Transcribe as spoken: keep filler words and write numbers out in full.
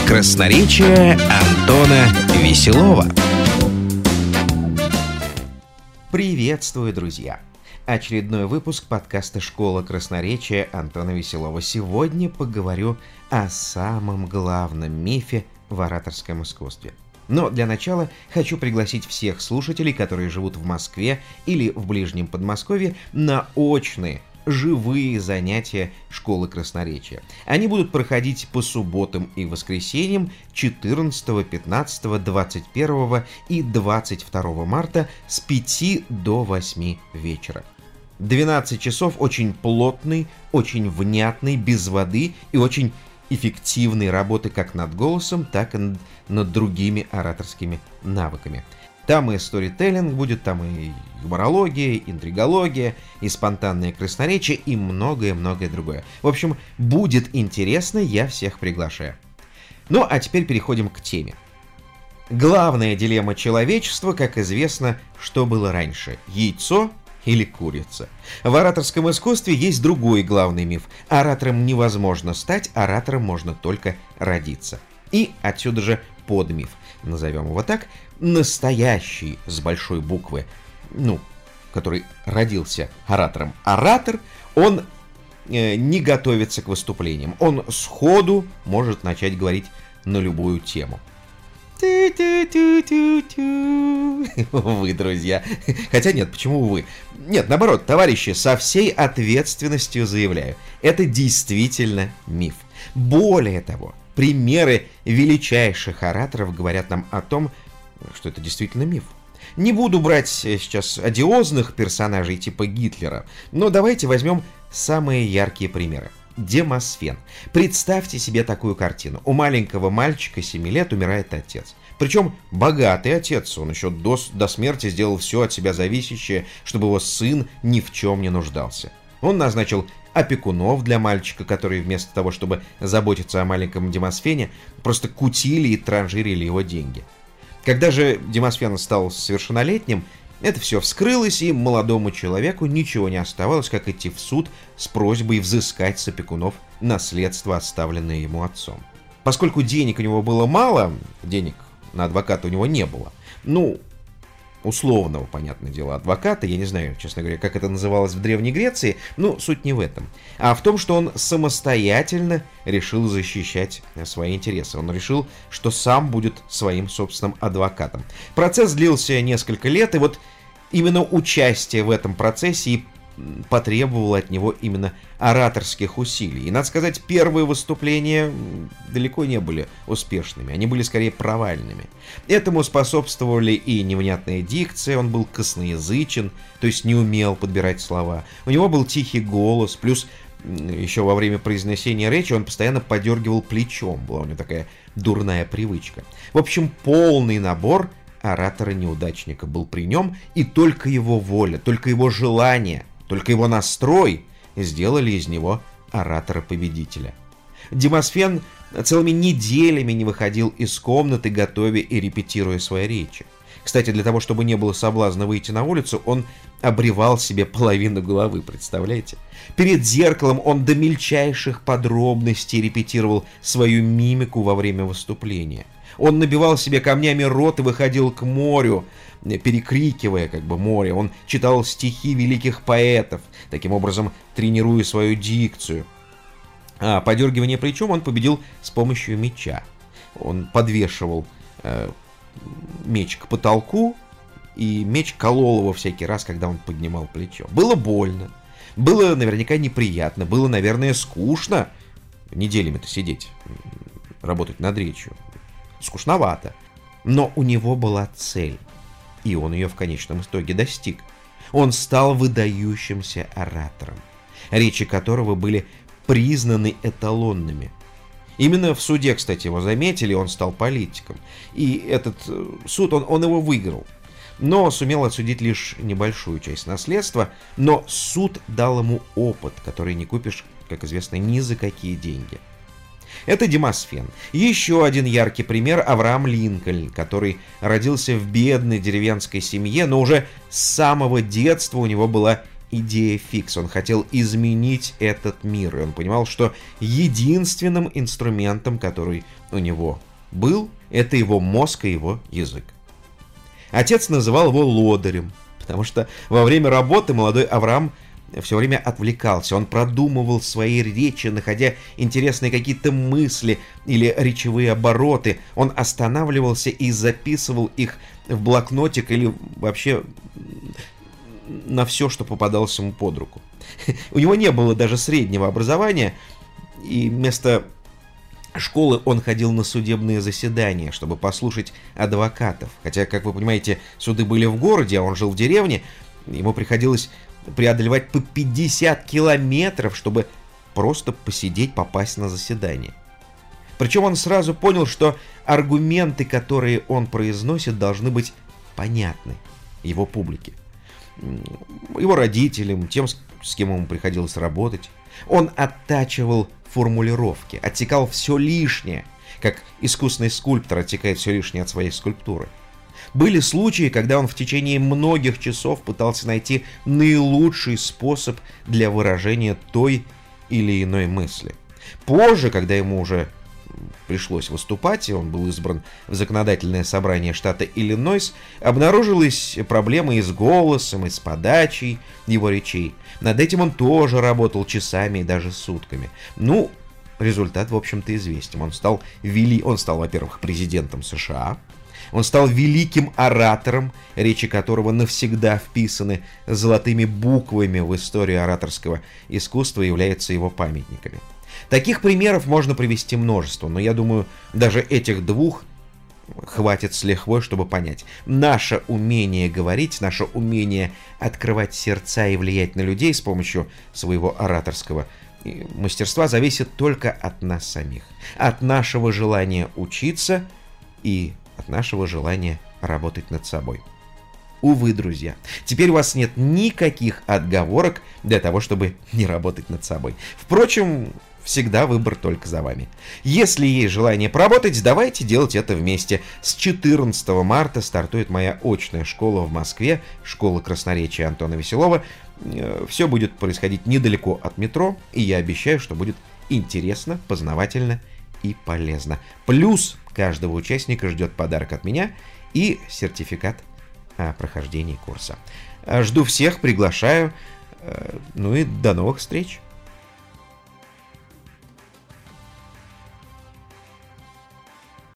Красноречие Антона Веселова. Приветствую, друзья! Очередной выпуск подкаста «Школа красноречия» Антона Веселова. Сегодня поговорю о самом главном мифе в ораторском искусстве. Но для начала хочу пригласить всех слушателей, которые живут в Москве или в ближнем Подмосковье, на очные, живые занятия школы красноречия. Они будут проходить по субботам и воскресеньям четырнадцатого, пятнадцатого, двадцать первого и двадцать второго марта с пяти до восьми вечера. двенадцать часов очень плотной, очень внятной, без воды и очень эффективной работы как над голосом, так и над другими ораторскими навыками. Там и сторителлинг будет, там и юморология, интригология, и спонтанное красноречие, и многое-многое другое. В общем, будет интересно, я всех приглашаю. Ну, а теперь переходим к теме. Главная дилемма человечества, как известно, что было раньше – яйцо или курица. В ораторском искусстве есть другой главный миф. Оратором невозможно стать, оратором можно только родиться. И отсюда же подмиф, назовем его так, настоящий с большой буквы, ну, который родился оратором. Оратор, он э, не готовится к выступлениям, он сходу может начать говорить на любую тему. Вы, друзья. Хотя нет, почему вы? Нет, наоборот, товарищи, со всей ответственностью заявляю, это действительно миф. Более того, примеры величайших ораторов говорят нам о том, что это действительно миф. Не буду брать сейчас одиозных персонажей типа Гитлера, но давайте возьмем самые яркие примеры. Демосфен. Представьте себе такую картину. У маленького мальчика семи лет умирает отец. Причем богатый отец. Он еще до, до смерти сделал все от себя зависящее, чтобы его сын ни в чем не нуждался. Он назначил опекунов для мальчика, которые вместо того, чтобы заботиться о маленьком Демосфене, просто кутили и транжирили его деньги. Когда же Демосфен стал совершеннолетним, это все вскрылось, и молодому человеку ничего не оставалось, как идти в суд с просьбой взыскать с опекунов наследство, оставленное ему отцом. Поскольку денег у него было мало, денег на адвоката у него не было, ну, условного, понятное дело, адвоката, я не знаю, честно говоря, как это называлось в Древней Греции, но суть не в этом, а в том, что он самостоятельно решил защищать свои интересы. Он решил, что сам будет своим собственным адвокатом. Процесс длился несколько лет, и вот именно участие в этом процессе и потребовало от него именно ораторских усилий. И, надо сказать, первые выступления далеко не были успешными, они были скорее провальными. Этому способствовали и невнятная дикция, он был косноязычен, то есть не умел подбирать слова. У него был тихий голос, плюс еще во время произнесения речи он постоянно подергивал плечом, была у него такая дурная привычка. В общем, полный набор оратора-неудачника был при нем, и только его воля, только его желание, только его настрой сделали из него оратора-победителя. Демосфен целыми неделями не выходил из комнаты, готовя и репетируя свои речи. Кстати, для того, чтобы не было соблазна выйти на улицу, он обревал себе половину головы, представляете? Перед зеркалом он до мельчайших подробностей репетировал свою мимику во время выступления. Он набивал себе камнями рот и выходил к морю, перекрикивая как бы море. Он читал стихи великих поэтов, таким образом тренируя свою дикцию. А подергивание плечом он победил с помощью меча. Он подвешивал э, меч к потолку, и меч колол его всякий раз, когда он поднимал плечо. Было больно, было наверняка неприятно, было, наверное, скучно неделями-то сидеть, работать над речью. Скучновато. Но у него была цель, и он ее в конечном итоге достиг. Он стал выдающимся оратором, речи которого были признаны эталонными. Именно в суде, кстати, его заметили, он стал политиком. И этот суд, он, он его выиграл. Но сумел отсудить лишь небольшую часть наследства. Но суд дал ему опыт, который не купишь, как известно, ни за какие деньги. Это Демосфен. Еще один яркий пример — Авраам Линкольн, который родился в бедной деревенской семье, но уже с самого детства у него была идея фикс. Он хотел изменить этот мир. И он понимал, что единственным инструментом, который у него был, это его мозг и его язык. Отец называл его лодырем, потому что во время работы молодой Авраам все время отвлекался. Он продумывал свои речи, находя интересные какие-то мысли или речевые обороты. Он останавливался и записывал их в блокнотик или вообще на все, что попадалось ему под руку. У него не было даже среднего образования, и вместо школы он ходил на судебные заседания, чтобы послушать адвокатов. Хотя, как вы понимаете, суды были в городе, а он жил в деревне. Ему приходилось преодолевать по пятьдесят километров, чтобы просто посидеть, попасть на заседание. Причем он сразу понял, что аргументы, которые он произносит, должны быть понятны его публике, его родителям, тем, с кем ему приходилось работать. Он оттачивал формулировки, отсекал все лишнее, как искусный скульптор отсекает все лишнее от своей скульптуры. Были случаи, когда он в течение многих часов пытался найти наилучший способ для выражения той или иной мысли. Позже, когда ему уже пришлось выступать, и он был избран в законодательное собрание штата Иллинойс, обнаружилась проблема и с голосом, и с подачей его речей. Над этим он тоже работал часами и даже сутками. Ну, результат, в общем-то, известен. Он стал, вели... он стал, во-первых, президентом США. Он стал великим оратором, речи которого навсегда вписаны золотыми буквами в историю ораторского искусства и являются его памятниками. Таких примеров можно привести множество, но я думаю, даже этих двух хватит с лихвой, чтобы понять. Наше умение говорить, наше умение открывать сердца и влиять на людей с помощью своего ораторского мастерства зависит только от нас самих, от нашего желания учиться и от нашего желания работать над собой. Увы, друзья, теперь у вас нет никаких отговорок для того, чтобы не работать над собой. Впрочем, всегда выбор только за вами. Если есть желание поработать, давайте делать это вместе. С четырнадцатого марта стартует моя очная школа в Москве, школа красноречия Антона Веселова. Все будет происходить недалеко от метро, и я обещаю, что будет интересно, познавательно и полезно. Плюс каждого участника ждет подарок от меня и сертификат о прохождении курса. Жду всех, приглашаю. Ну и до новых встреч!